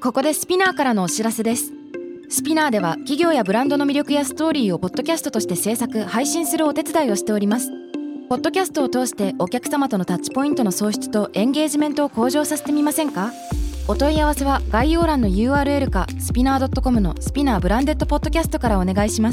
ここでスピナーからのお知らせです。スピナーでは企業やブランドの魅力やストーリーをポッドキャストとして制作・配信するお手伝いをしております。ポッドキャストを通してお客様とのタッチポイントの創出とエンゲージメントを向上させてみませんか？お問い合わせは概要欄の URL かスピナー .com のスピナーブランデッドポッドキャストからお願いします。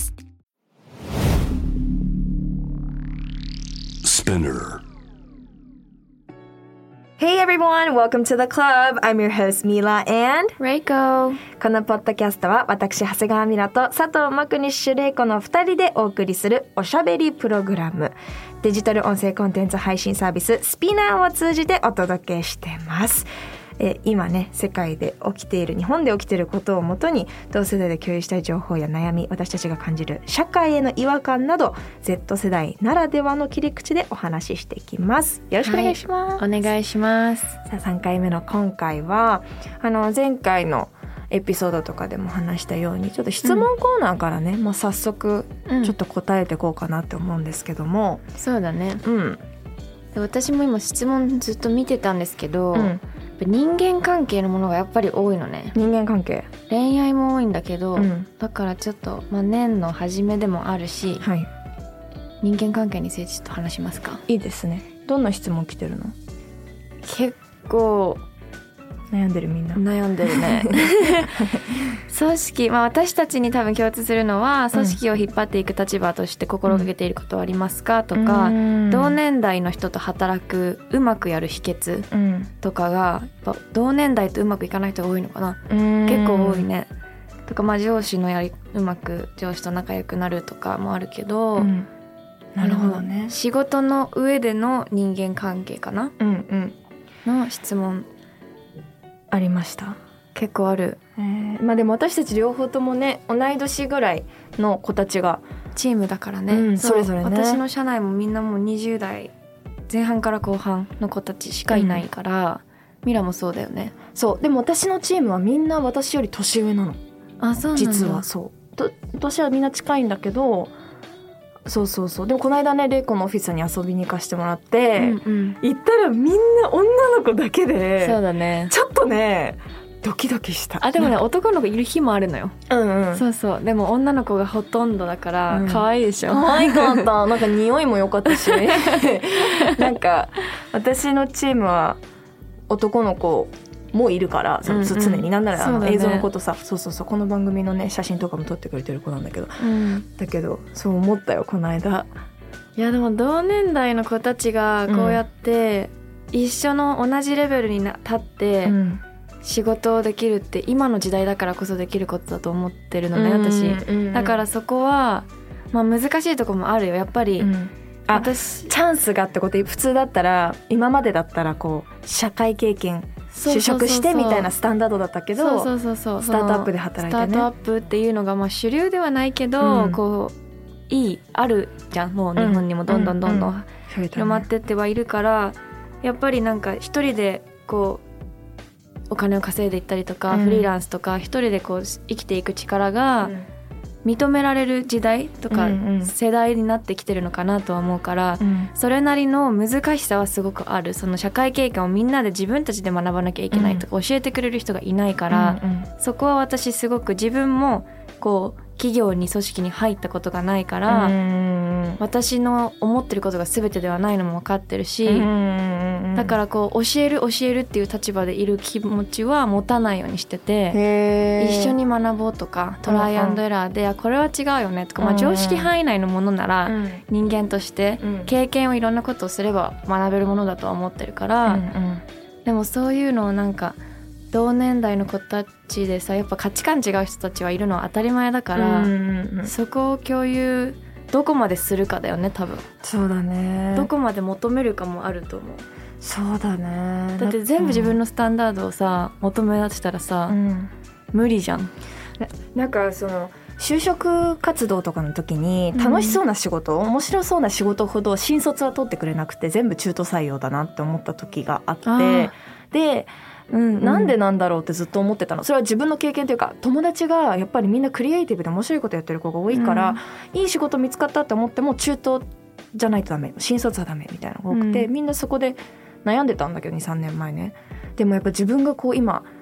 Hey everyone, welcome to the club. I'm your host Mila and Reiko。 このポッドキャストは私長谷川ミラと佐藤真国主玲子の2人でお送りするおしゃべりプログラム。デジタル音声コンテンツ配信サービススピナーを通じてお届けしてます。今ね、世界で起きている、日本で起きていることをもとに同世代で共有したい情報や悩み、私たちが感じる社会への違和感など Z 世代ならではの切り口でお話ししていきます。よろしくお願いします。 お願いします。 さあ3回目の今回は前回のエピソードとかでも話したようにちょっと質問コーナーからね、早速ちょっと答えていこうかなって思うんですけども、 そうだね。で私も今質問ずっと見てたんですけど、人間関係のものがやっぱり多いのね。 人間関係、 恋愛も多いんだけど、だからちょっと、年の初めでもあるし、人間関係についてちょっと話しますか。 いいですね。どんな質問来てるの？ 結構悩んでる、みんな悩んでるね組織、私たちに多分共通するのは、組織を引っ張っていく立場として心がけていることはありますかとか、同年代の人と働くうまくやる秘訣とかが、やっぱ同年代とうまくいかない人が多いのかな。結構多いね。とか上司のうまく上司と仲良くなるとかもあるけど、 なるほどね。 仕事の上での人間関係かな、の質問ありました。 結構ある。 でも私たち両方ともね、同い年ぐらいの子たちがチームだからね、 それぞれね。 私の社内もみんなもう20代前半から後半の子たちしかいないから、ミラもそうだよね。 そう。でも私のチームはみんな私より年上なの。 あ、そうなんだ。 実はそう年はみんな近いんだけど、そうでもこの間ね、レイコのオフィスに遊びに行かせてもらって、行ったらみんな女の子だけで、 そうだね、 ちょっとねドキドキした。 でもね、男の子いる日もあるのよ。そうでも女の子がほとんどだから可愛いでしょ。 可愛かった。なんか匂いも良かったしなんか私のチームは男の子もいるから、常になんなら映像のことさ、そうこの番組のね写真とかも撮ってくれてる子なんだけど、だけどそう思ったよこの間。 いやでも同年代の子たちがこうやって一緒の同じレベルに立って仕事をできるって今の時代だからこそできることだと思ってるのね、私。だからそこは難しいとこもあるよやっぱり。 私チャンスがってこと。普通だったら、今までだったらこう社会経験就職してみたいなスタンダードだったけど、スタートアップで働いてね。 スタートアップっていうのが主流ではないけど、こうあるじゃん。もう日本にもどんどん広まってってはいるから、やっぱりなんか一人でこうお金を稼いでいったりとか、フリーランスとか一人でこう生きていく力が認められる時代とか世代になってきてるのかなとは思うから、それなりの難しさはすごくある。その社会経験をみんなで自分たちで学ばなきゃいけないとか、教えてくれる人がいないから、そこは私すごく自分もこう企業に組織に入ったことがないから、私の思ってることが全てではないのも分かってるし、だからこう教えるっていう立場でいる気持ちは持たないようにしてて、一緒に学ぼうとかトライアンドエラーで、これは違うよねとか、常識範囲内のものなら人間として経験をいろんなことをすれば学べるものだとは思ってるから、でもそういうのをなんか同年代の子たちでさ、やっぱ価値観違う人たちはいるのは当たり前だから、そこを共有どこまでするかだよね多分。 そうだね。 どこまで求めるかもあると思う。 そうだね。 だって全部自分のスタンダードをさ求め出したらさ、無理じゃん。 なんかその就職活動とかの時に楽しそうな仕事、面白そうな仕事ほど新卒は取ってくれなくて、全部中途採用だなって思った時があって、でなんでなんだろうってずっと思ってたの。それは自分の経験というか、友達がやっぱりみんなクリエイティブで面白いことやってる子が多いから、いい仕事見つかったって思っても中途じゃないとダメ、新卒はダメみたいなのが多くて、みんなそこで悩んでたんだけど 2,3 年前ね。でもやっぱ自分がこう今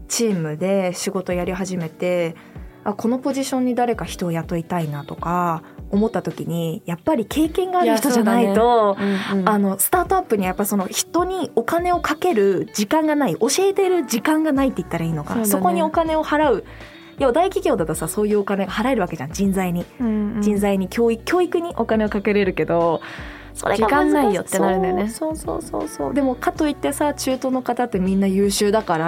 チームで仕事やり始めて、このポジションに誰か人を雇いたいなとか思った時に、やっぱり経験がある人じゃないと、スタートアップにやっぱその人にお金をかける時間がない、教えてる時間がないって言ったらいいのかな、 そこにお金を払う。いや大企業だとさ、そういうお金払えるわけじゃん、人材に、人材に教育にお金をかけれるけど、それが時間ないよってなるんだよね。 そうでもかといってさ、中東の方ってみんな優秀だから、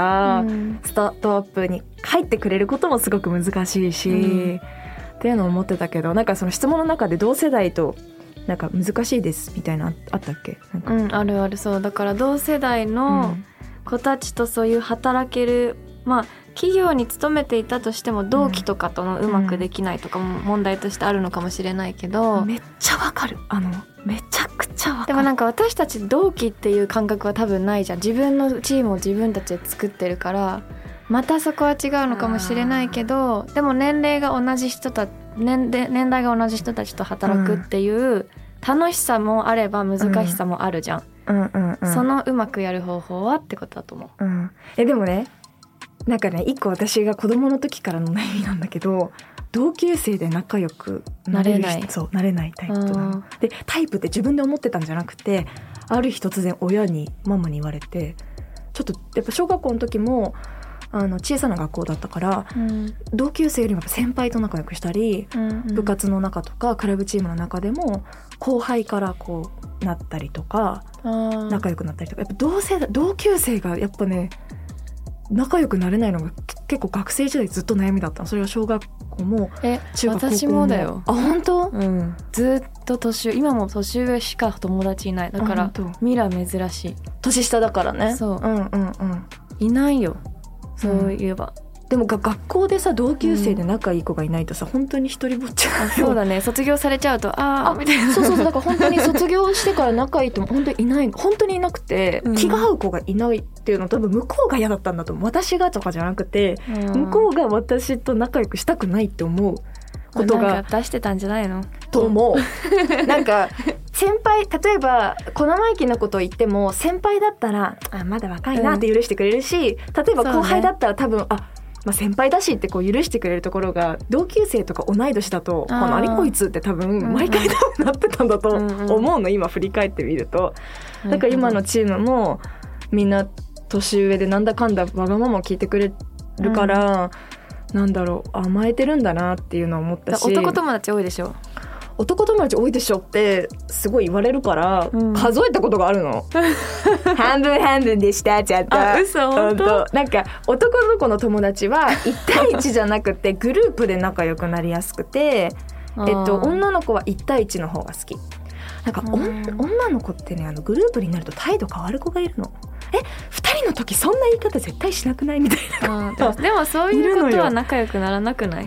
スタートアップに入ってくれることもすごく難しいし、っていうのを思ってたけど、なんかその質問の中で同世代となんか難しいですみたいなあったっけ？なんかあるある。そうだから同世代の子たちとそういう働ける、企業に勤めていたとしても同期とかとのうまくできないとかも問題としてあるのかもしれないけど、 めっちゃわかる。めちゃくちゃわかる。 でもなんか私たち同期っていう感覚は多分ないじゃん。自分のチームを自分たちで作ってるから、またそこは違うのかもしれないけど、でも年代が同じ人たちと働くっていう楽しさもあれば難しさもあるじゃん。そのうまくやる方法はってことだと思う。 でもね、なんかね、一個私が子供の時からの悩みなんだけど、同級生で仲良くなれないタイプなの。でタイプって自分で思ってたんじゃなくて、ある日突然親にママに言われて、ちょっとやっぱ小学校の時も小さな学校だったから、同級生よりも先輩と仲良くしたり、部活の中とかクラブチームの中でも後輩からこうなったりとか、仲良くなったりとか、やっぱ同級生がやっぱね仲良くなれないのが結構学生時代ずっと悩みだったの。それは小学校も中学高校も。 私もだよ。 本当？ ずっと今も年上しか友達いない。だからミラ珍しい。 年下だからね。 そう、いないよ、そういえば。 でも学校でさ、同級生で仲いい子がいないとさ、本当に一人ぼっちゃう。 そうだね、卒業されちゃうとみたいな。 そうだから本当に卒業してから仲いいって本当にいない、本当にいなくて、気が合う子がいないっていうのは多分向こうが嫌だったんだと思う。私がとかじゃなくて、向こうが私と仲良くしたくないって思うことがなんか出してたんじゃないのと思う。なんか先輩、例えば小生意気なことを言っても、先輩だったらまだ若いなって許してくれるし、例えば後輩だったら多分先輩だしってこう許してくれるところが、同級生とか同い年だと何こいつって多分毎回なってたんだと思うの、今振り返ってみると。だから今のチームもみんな年上でなんだかんだわがままを聞いてくれるから、なんだろう、甘えてるんだなっていうのを思ったし。 男友達多いでしょ。 男友達多いでしょってすごい言われるから、数えたことがあるの。半分半分でしたちゃった。 嘘？本当？ なんか男の子の友達は1対1じゃなくてグループで仲良くなりやすくて、女の子は1対1の方が好き。なんか女の子ってね、グループになると態度変わる子がいるの。2人の時そんな言い方絶対しなくないみたいな。 でもそういうことは仲良くならなくない？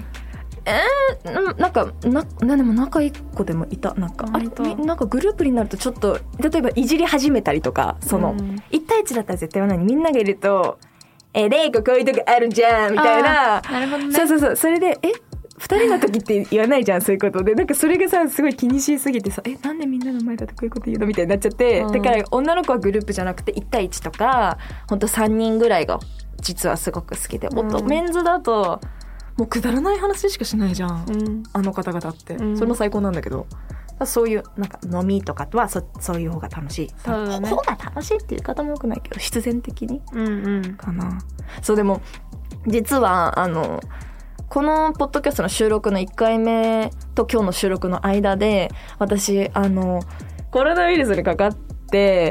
でも仲いい子でもいた。なんかグループになるとちょっと、例えばいじり始めたりとか、その1対1だったら絶対はない。みんながいるとレイコこういうとこあるじゃんみたいな。 なるほどね。 そうそれで2人の時って言わないじゃん、そういうことで。なんかそれがさすごい気にしすぎてさ、なんでみんなの前だとこういうこと言うのみたいになっちゃって、だから女の子はグループじゃなくて1対1とかほんと3人ぐらいが実はすごく好きで、メンズだともうくだらない話しかしないじゃん、あの方々って、それも最高なんだけど、そういうなんか飲みとかとはそういう方が楽しい。 そうだね、 方が楽しいっていう方もよくないけど、必然的に、かな。そう、でも実はこのポッドキャストの収録の1回目と今日の収録の間で、私コロナウイルスにかかって、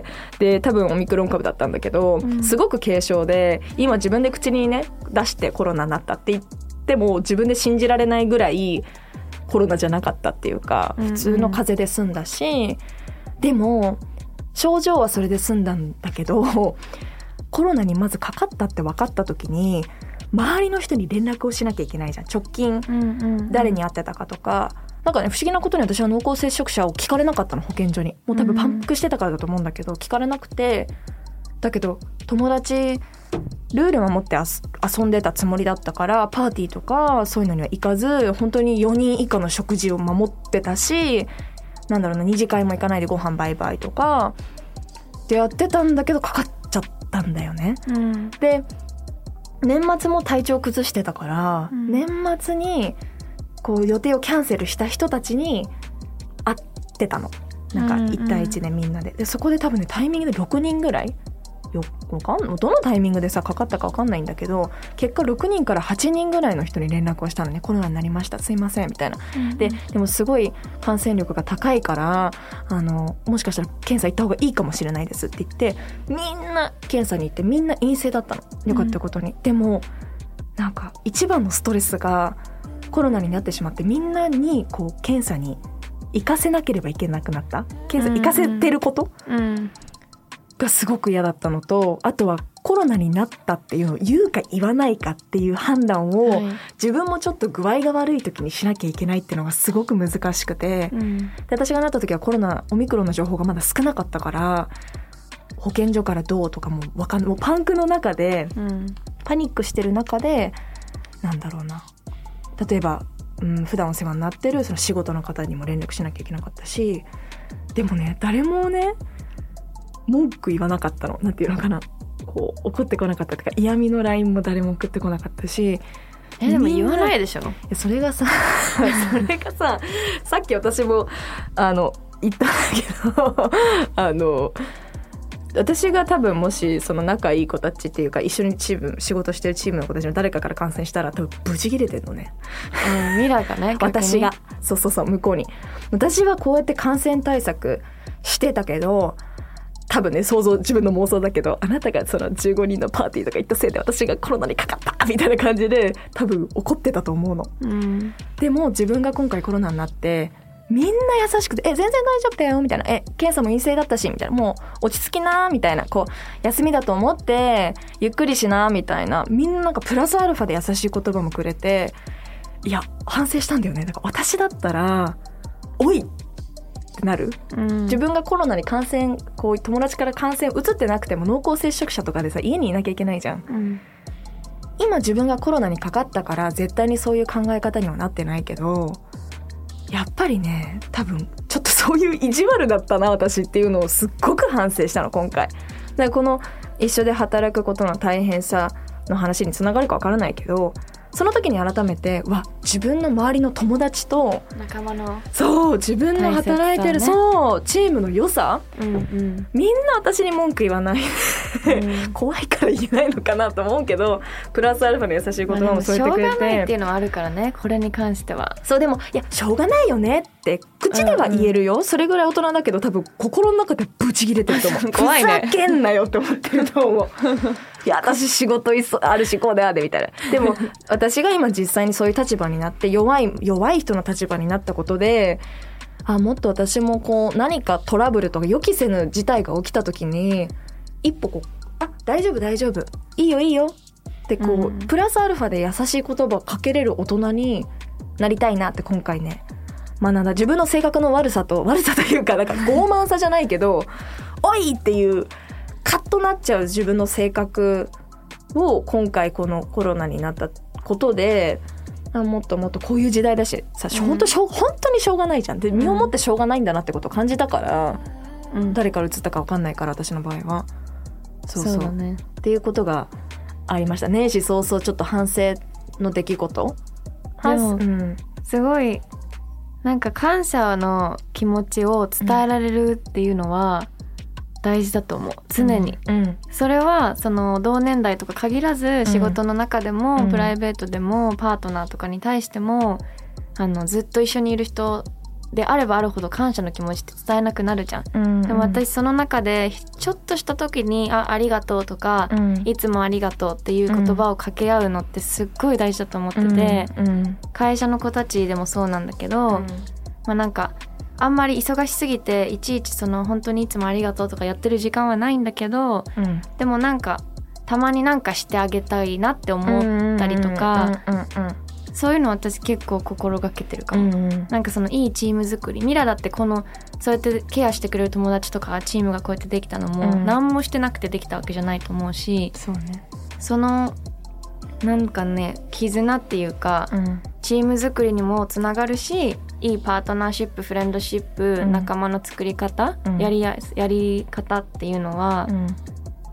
で多分オミクロン株だったんだけど、すごく軽症で、今自分で口にね出してコロナになったって言っても自分で信じられないぐらいコロナじゃなかったっていうか、普通の風邪で済んだし、でも症状はそれで済んだんだけど、コロナにまずかかったって分かった時に周りの人に連絡をしなきゃいけないじゃん。直近誰に会ってたかとか、なんかね、不思議なことに私は濃厚接触者を聞かれなかったの、保健所に。もう多分パンクしてたからだと思うんだけど、聞かれなくて、だけど友達ルール守って遊んでたつもりだったから、パーティーとかそういうのには行かず、本当に4人以下の食事を守ってたし、なんだろうな、2次会も行かないでご飯バイバイとかでやってたんだけど、かかっちゃったんだよね、で年末も体調崩してたから、年末にこう予定をキャンセルした人たちに会ってたの。なんか1対1でみんなで、そこで多分ねタイミングで6人ぐらいどのタイミングでさかかったか分かんないんだけど、結果6人から8人ぐらいの人に連絡をしたのね。コロナになりました、すいませんみたいな、でもすごい感染力が高いからもしかしたら検査行った方がいいかもしれないですって言って、みんな検査に行ってみんな陰性だったの。よかったことに、でもなんか一番のストレスがコロナになってしまって、みんなにこう検査に行かせなければいけなくなった、検査行かせてること、がすごく嫌だったのと、あとはコロナになったっていうのを言うか言わないかっていう判断を、自分もちょっと具合が悪い時にしなきゃいけないっていうのがすごく難しくて、で私がなった時はオミクロンの情報がまだ少なかったから、保健所からどうとかも分かんない、もうパンクの中で、パニックしてる中で、なんだろうな、例えば、普段お世話になってるその仕事の方にも連絡しなきゃいけなかったし、でもね誰もね文句言わなかったの。なんていうのかな、こう怒ってこなかったとか、嫌味の LINE も誰も送ってこなかったし。 でも言わないでしょ。 それがささっき私も言ったんだけど私が多分もしその仲いい子たちっていうか一緒に仕事してるチームの子たちの誰かから感染したら多分ブチ切れてんのね、 ミラがね私がそう向こうに、私はこうやって感染対策してたけど、多分ね自分の妄想だけど、あなたがその15人のパーティーとか行ったせいで私がコロナにかかったみたいな感じで多分怒ってたと思うの、でも自分が今回コロナになってみんな優しくて、全然大丈夫だよみたいな、検査も陰性だったしみたいな、もう落ち着きなみたいな、こう休みだと思ってゆっくりしなみたいな、みんななんかプラスアルファで優しい言葉もくれて、いや反省したんだよね。だから私だったらおいってなる、自分がコロナに感染、こう友達から感染移ってなくても濃厚接触者とかでさ家にいなきゃいけないじゃん、今自分がコロナにかかったから絶対にそういう考え方にはなってないけど、やっぱりね多分ちょっとそういう意地悪だったな私っていうのをすっごく反省したの今回。だからこの一緒で働くことの大変さの話につながるかわからないけど、その時に改めて自分の周りの友達と仲間の自分の働いてる、チームの良さ、みんな私に文句言わない、怖いから言えないのかなと思うけど、プラスアルファの優しい言葉も添えてくれて、 しょうがないっていうのはあるからね、これに関しては。 でもいやしょうがないよねって口では言えるよ、それぐらい大人だけど多分心の中でブチ切れてると思う怖いね、 ふざけんなよって思ってると思ういや私仕事あるしこうであでみたいな。でも私が今実際にそういう立場になって、弱い人の立場になったことで、もっと私もこう何かトラブルとか予期せぬ事態が起きた時に一歩こう大丈夫いいよってこう、プラスアルファで優しい言葉をかけれる大人になりたいなって今回ね学んだ。自分の性格の悪さというか、なんか傲慢さじゃないけどおいっていうカッとなっちゃう自分の性格を今回このコロナになったことで、もっともっとこういう時代だしさ、本当にしょうがないじゃんで、身をもってしょうがないんだなってことを感じたから、誰から移ったか分かんないから私の場合はそうだねっていうことがありました。年始早々ちょっと反省の出来事。 でも、すごいなんか感謝の気持ちを伝えられるっていうのは大事だと思う、常に、それはその同年代とか限らず仕事の中でも、プライベートでもパートナーとかに対してもずっと一緒にいる人であればあるほど感謝の気持ちって伝えなくなるじゃん、でも私その中でちょっとした時にありがとうとか、いつもありがとうっていう言葉を掛け合うのってすっごい大事だと思ってて、会社の子たちでもそうなんだけど、なんかあんまり忙しすぎていちいちその本当にいつもありがとうとかやってる時間はないんだけど、でもなんかたまになんかしてあげたいなって思ったりとか、そういうの私結構心がけてるかも、なんかそのいいチーム作り、ミラだってこのそうやってケアしてくれる友達とかチームがこうやってできたのも、何もしてなくてできたわけじゃないと思うし、そのなんかね絆っていうか、チーム作りにもつながるし、いいパートナーシップ、フレンドシップ、仲間の作り方、やり方っていうのは、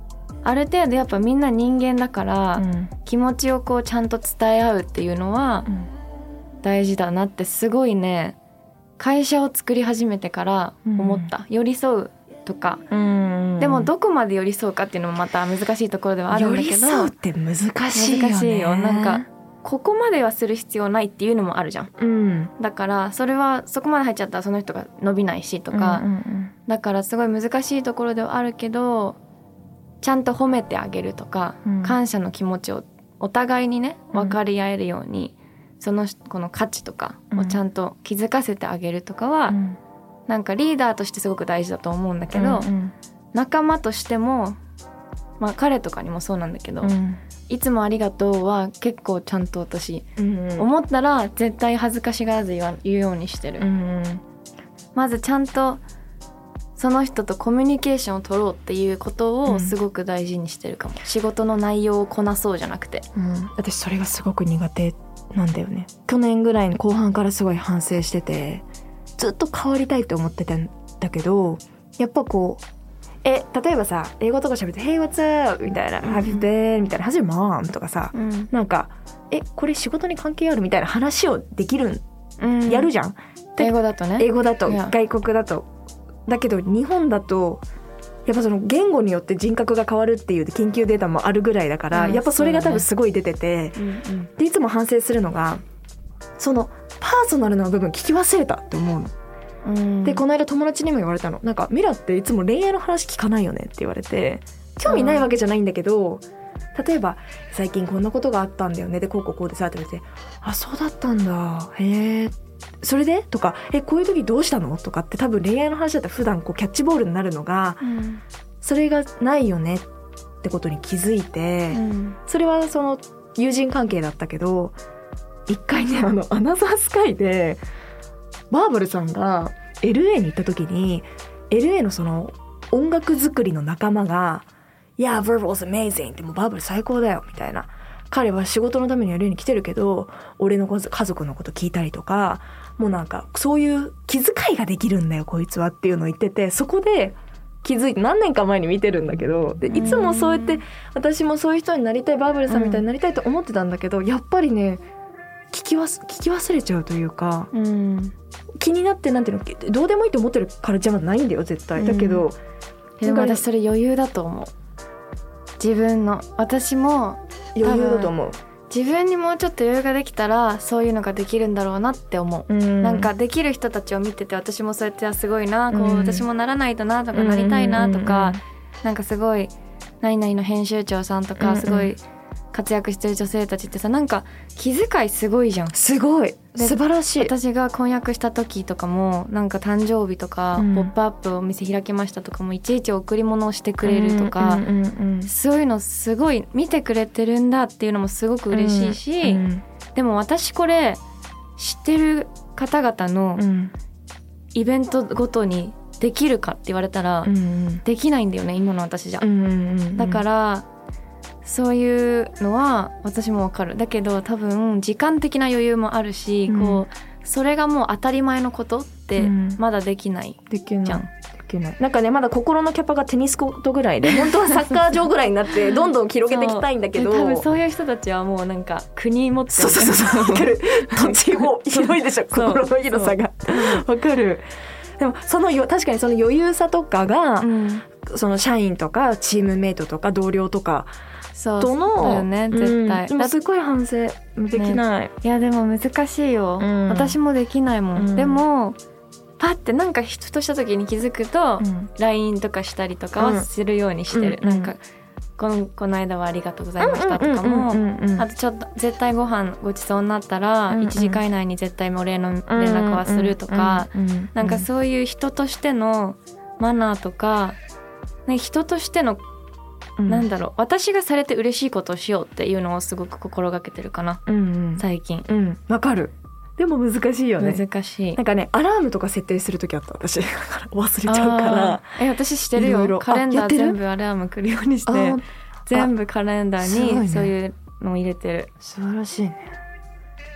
ある程度やっぱみんな人間だから、気持ちをこうちゃんと伝え合うっていうのは大事だなってすごいね、会社を作り始めてから思った、寄り添うとか、でもどこまで寄り添うかっていうのもまた難しいところではあるんだけど、寄り添うって難しいよね。 難しいよ。なんかここまではする必要ないっていうのもあるじゃん、だからそれはそこまで入っちゃったらその人が伸びないしとか、だからすごい難しいところではあるけど、ちゃんと褒めてあげるとか、感謝の気持ちをお互いにね分かり合えるように、そのこの価値とかをちゃんと気づかせてあげるとかは、なんかリーダーとしてすごく大事だと思うんだけど、仲間としても、まあ彼とかにもそうなんだけど、いつもありがとうは結構ちゃんと私、思ったら絶対恥ずかしがらず言うようにしてる、まずちゃんとその人とコミュニケーションを取ろうっていうことをすごく大事にしてるかも、仕事の内容をこなそうじゃなくて、 私それがすごく苦手なんだよね。去年ぐらいの後半からすごい反省してて、ずっと変わりたいって思ってたんだけど、やっぱこう例えばさ、英語とか喋って「Hey, what's up?」みたいな「Happy day」みたいな「How's your mom?」とかさ、なんかこれ仕事に関係あるみたいな話をできる、やるじゃん。 英語だとね。 英語だと、外国だと。だけど日本だとやっぱその言語によって人格が変わるっていう研究データもあるぐらいだから、やっぱそれが多分すごい出てて、でいつも反省するのが、そのパーソナルな部分聞き忘れたって思うの。でこの間友達にも言われたの。なんかミラっていつも恋愛の話聞かないよねって言われて、興味ないわけじゃないんだけど、例えば最近こんなことがあったんだよね、でこうこうこうでさって言われて、あそうだったんだ、へえそれでとか、こういう時どうしたのとかって多分恋愛の話だったら普段こうキャッチボールになるのが、それがないよねってことに気づいて、それはその友人関係だったけど、一回ねアナザースカイでバーバルさんが LA に行った時に LA のその音楽作りの仲間が「Yeah, Verbal's amazing」ってもうバーバル最高だよみたいな、彼は仕事のために LA に来てるけど俺の家族のこと聞いたりとか、もうなんかそういう気遣いができるんだよこいつはっていうのを言ってて、そこで気づいて何年か前に見てるんだけど、でいつもそうやって私もそういう人になりたい、バーバルさんみたいになりたいと思ってたんだけど、やっぱりね聞き忘れちゃうというか、気になってなんていうの、どうでもいいと思ってるカルチャーはないんだよ絶対、だけど、 でも私それ余裕だと思う。自分の、私も余裕だと思う。 自分にもうちょっと余裕ができたらそういうのができるんだろうなって思う、なんかできる人たちを見てて、私もそうやってすごいな、こう私もならないとなとか、なりたいなとか、なんかすごい何々の編集長さんとかすごい活躍してる女性たちってさ、なんか気遣いすごいじゃん。 すごい素晴らしい。 私が婚約した時とかも、なんか誕生日とか、ポップアップお店開けましたとかもいちいち贈り物をしてくれるとか、そういうのすごい見てくれてるんだっていうのもすごく嬉しいし、でも私これ知ってる方々のイベントごとにできるかって言われたら、できないんだよね今の私じゃ、だからそういうのは私もわかる。だけど多分時間的な余裕もあるし、こうそれがもう当たり前のことってまだできないじゃん。 なんかね、まだ心のキャパがテニスコートぐらいで、本当はサッカー場ぐらいになってどんどん広げていきたいんだけど、 多分そういう人たちはもうなんか国持ってる、 そうわかる。土地も広いでしょ心の広さがわかる。でも確かにその余裕さとかが、その社員とかチームメイトとか同僚とかとのだよね絶対、 でもすごい反省できない、 ね、いやでも難しいよ、私もできないもん、でもパッてなんか人とした時に気づくと、LINE とかしたりとかはするようにしてる、なんかこの間はありがとうございましたとかも、あとちょっと絶対ご飯ごちそうになったら1時間以内に絶対お礼の連絡はするとか、なんかそういう人としてのマナーとか、ね、人としてのなんだろう、私がされて嬉しいことをしようっていうのをすごく心がけてるかな、最近。 わかる。でも難しいよね。 難しい。 なんかね、アラームとか設定するときあった私忘れちゃうから。 私してるよ。いろいろカレンダー全部アラーム来るようにして、全部カレンダーにそういうのを入れてる。 素晴らしいね。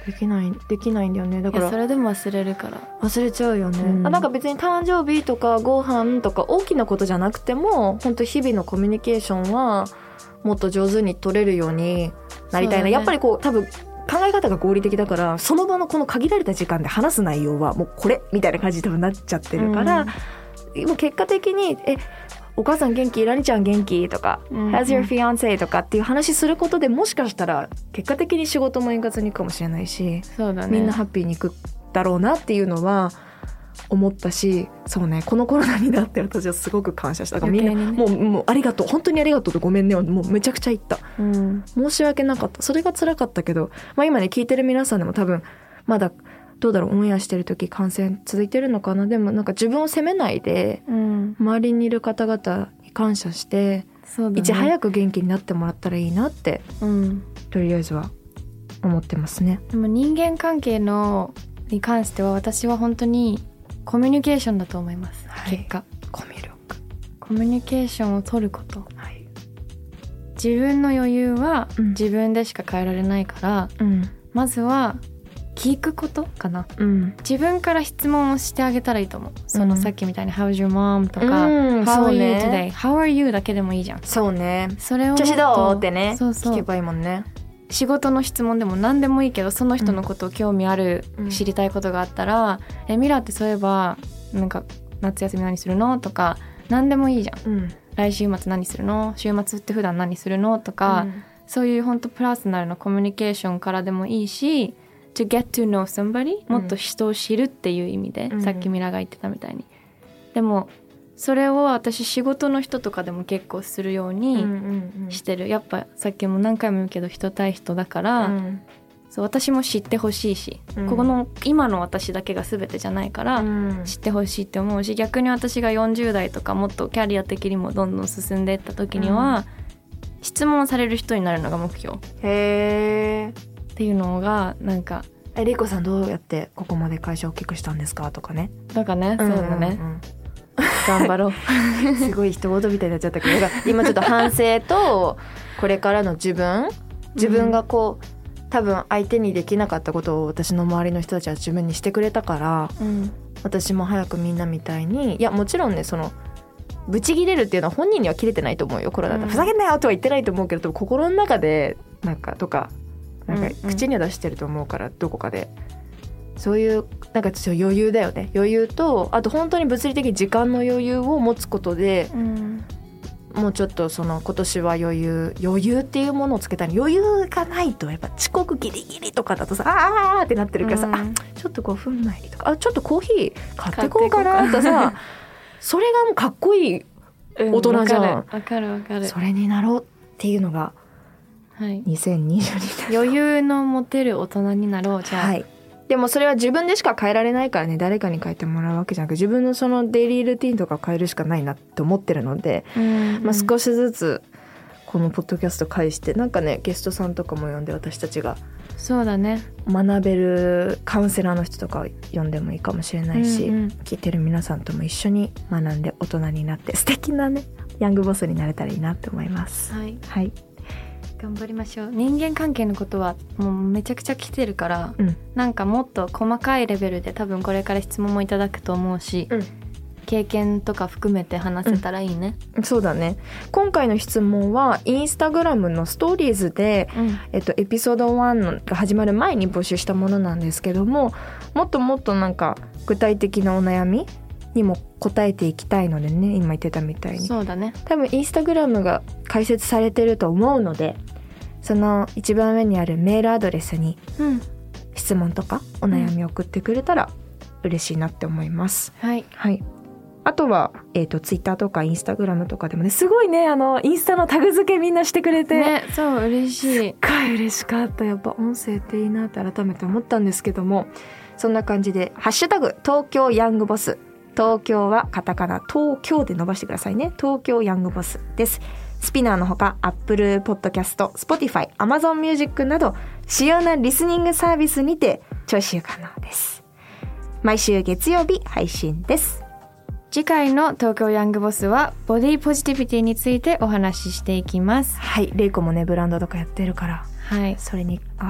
できないんだよね。だからそれでも忘れるから忘れちゃうよね、なんか別に誕生日とかご飯とか大きなことじゃなくても本当日々のコミュニケーションはもっと上手に取れるようになりたいな、やっぱりこう多分考え方が合理的だからその場のこの限られた時間で話す内容はもうこれみたいな感じに多分なっちゃってるから、もう結果的にお母さん元気、ラニちゃん元気とか、How's your fiance とかっていう話することでもしかしたら結果的に仕事も円滑にいくかもしれないし、 そうだね、 みんなハッピーにいくだろうなっていうのは思ったし、そうね、このコロナになって私はすごく感謝した。だからみんな、もうありがとう、本当にありがとうとごめんね、もうめちゃくちゃ言った、申し訳なかった、それが辛かったけど、今ね聞いてる皆さんでも多分まだどうだろう、オンエアしてる時感染続いてるのかな。でもなんか自分を責めないで、周りにいる方々に感謝して、いち早く元気になってもらったらいいなって、とりあえずは思ってますね。 でも人間関係に関しては私は本当にコミュニケーションだと思います、結果コミュニケーションを取ること、自分の余裕は自分でしか変えられないから、まずは聞くことかな、自分から質問をしてあげたらいいと思う。そのさっきみたいに How's your mom とか、How are you today? How are you だけでもいいじゃん。 そうね、 それを調子どうってね、 そうそう聞けばいいもんね。 仕事の質問でも何でもいいけど、その人のことを興味ある、知りたいことがあったら、ミラってそういえばなんか夏休み何するのとか何でもいいじゃん、来週末何するの、週末って普段何するのとか、そういう本当プラスナルのコミュニケーションからでもいいし、to get to know somebody、もっと人を知るっていう意味で、さっきミラが言ってたみたいに。でもそれを私仕事の人とかでも結構するようにしてる、やっぱさっきも何回も言うけど人対人だから、そう私も知ってほしいし、ここの今の私だけが全てじゃないから、知ってほしいって思うし、逆に私が40代とかもっとキャリア的にもどんどん進んでいった時には、質問される人になるのが目標っていうのがなんか、 リコさんどうやってここまで会社を大きくしたんですかとかね。 だからね、そうだね、頑張ろうすごい一言みたいになっちゃったけど、今ちょっと反省とこれからの自分がこう多分相手にできなかったことを私の周りの人たちは自分にしてくれたから、私も早くみんなみたいに、いやもちろんね、そのブチギレるっていうのは本人には切れてないと思うよ。コロナでふざけんなよとは言ってないと思うけど、心の中でなんかとかなんか口には出してると思うから、どこかでそういうなんかちょっと余裕だよね。余裕と、あと本当に物理的に時間の余裕を持つことで、もうちょっとその今年は余裕っていうものをつけたい。余裕がないとやっぱ遅刻ギリギリとかだとさ、あーってなってるからさ、ちょっと5分前にとか、ちょっとコーヒー買ってこうかなとさそれがもうかっこいい大人じゃん。 わかるそれになろうっていうのが、2022年余裕の持てる大人になろう。じゃあ、 でもそれは自分でしか変えられないからね、誰かに変えてもらうわけじゃなく、自分のそのデイリールーティンとか変えるしかないなって思ってるので、少しずつこのポッドキャスト介してなんかね、ゲストさんとかも呼んで、私たちがそうだね、 学べるカウンセラーの人とか呼んでもいいかもしれないし、聞いてる皆さんとも一緒に学んで大人になって素敵なねヤングボスになれたらいいなって思います。 頑張りましょう。人間関係のことはもうめちゃくちゃ来てるから、なんかもっと細かいレベルで多分これから質問もいただくと思うし、経験とか含めて話せたらいいね。 そうだね。今回の質問はインスタグラムのストーリーズで、エピソード1が始まる前に募集したものなんですけども、もっともっとなんか具体的なお悩みにも答えていきたいのでね、今言ってたみたいに。 そうだね。 多分インスタグラムが開設されてると思うので、その一番上にあるメールアドレスに質問とかお悩みを送ってくれたら嬉しいなって思います。あとは、ツイッターとかインスタグラムとかでもね、すごいね、インスタのタグ付けみんなしてくれて、 ね、そう嬉しい。 すっごい嬉しかった。やっぱ音声っていいなって改めて思ったんですけども、そんな感じでハッシュタグ東京ヤングボス、東京はカタカナ、東京で伸ばしてくださいね。東京ヤングボスです。スピナーのほか Apple Podcast、Spotify、Amazon Music など主要なリスニングサービスにて聴取可能です。毎週月曜日配信です。 次回の東京ヤングボスはボディポジティビティについてお話ししていきます。 レイコもねブランドとかやってるから、それに合わせて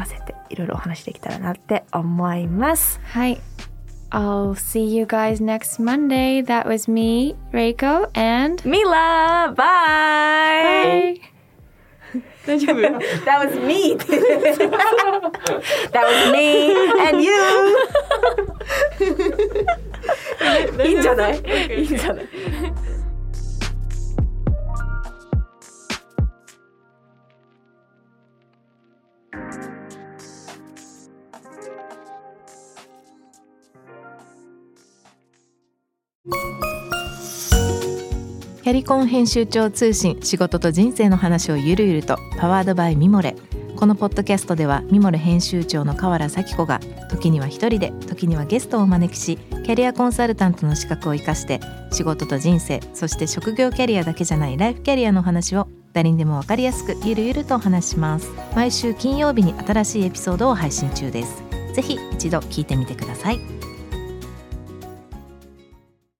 いろいろお話できたらなって思います。 はい。I'll see you guys next Monday. That was me, Reiko, and Mila. Bye. 大丈夫 ？That was me. That was me and you. いいんじゃない？いいんじゃない？ キャリコン編集長通信、仕事と人生の話をゆるゆると、パワードバイミモレ。このポッドキャストではミモレ編集長の河原咲子が時には一人で、時にはゲストをお招きし、キャリアコンサルタントの資格を生かして仕事と人生、そして職業キャリアだけじゃないライフキャリアの話を誰にでも分かりやすくゆるゆるとお話します。毎週金曜日に新しいエピソードを配信中です。ぜひ一度聞いてみてください。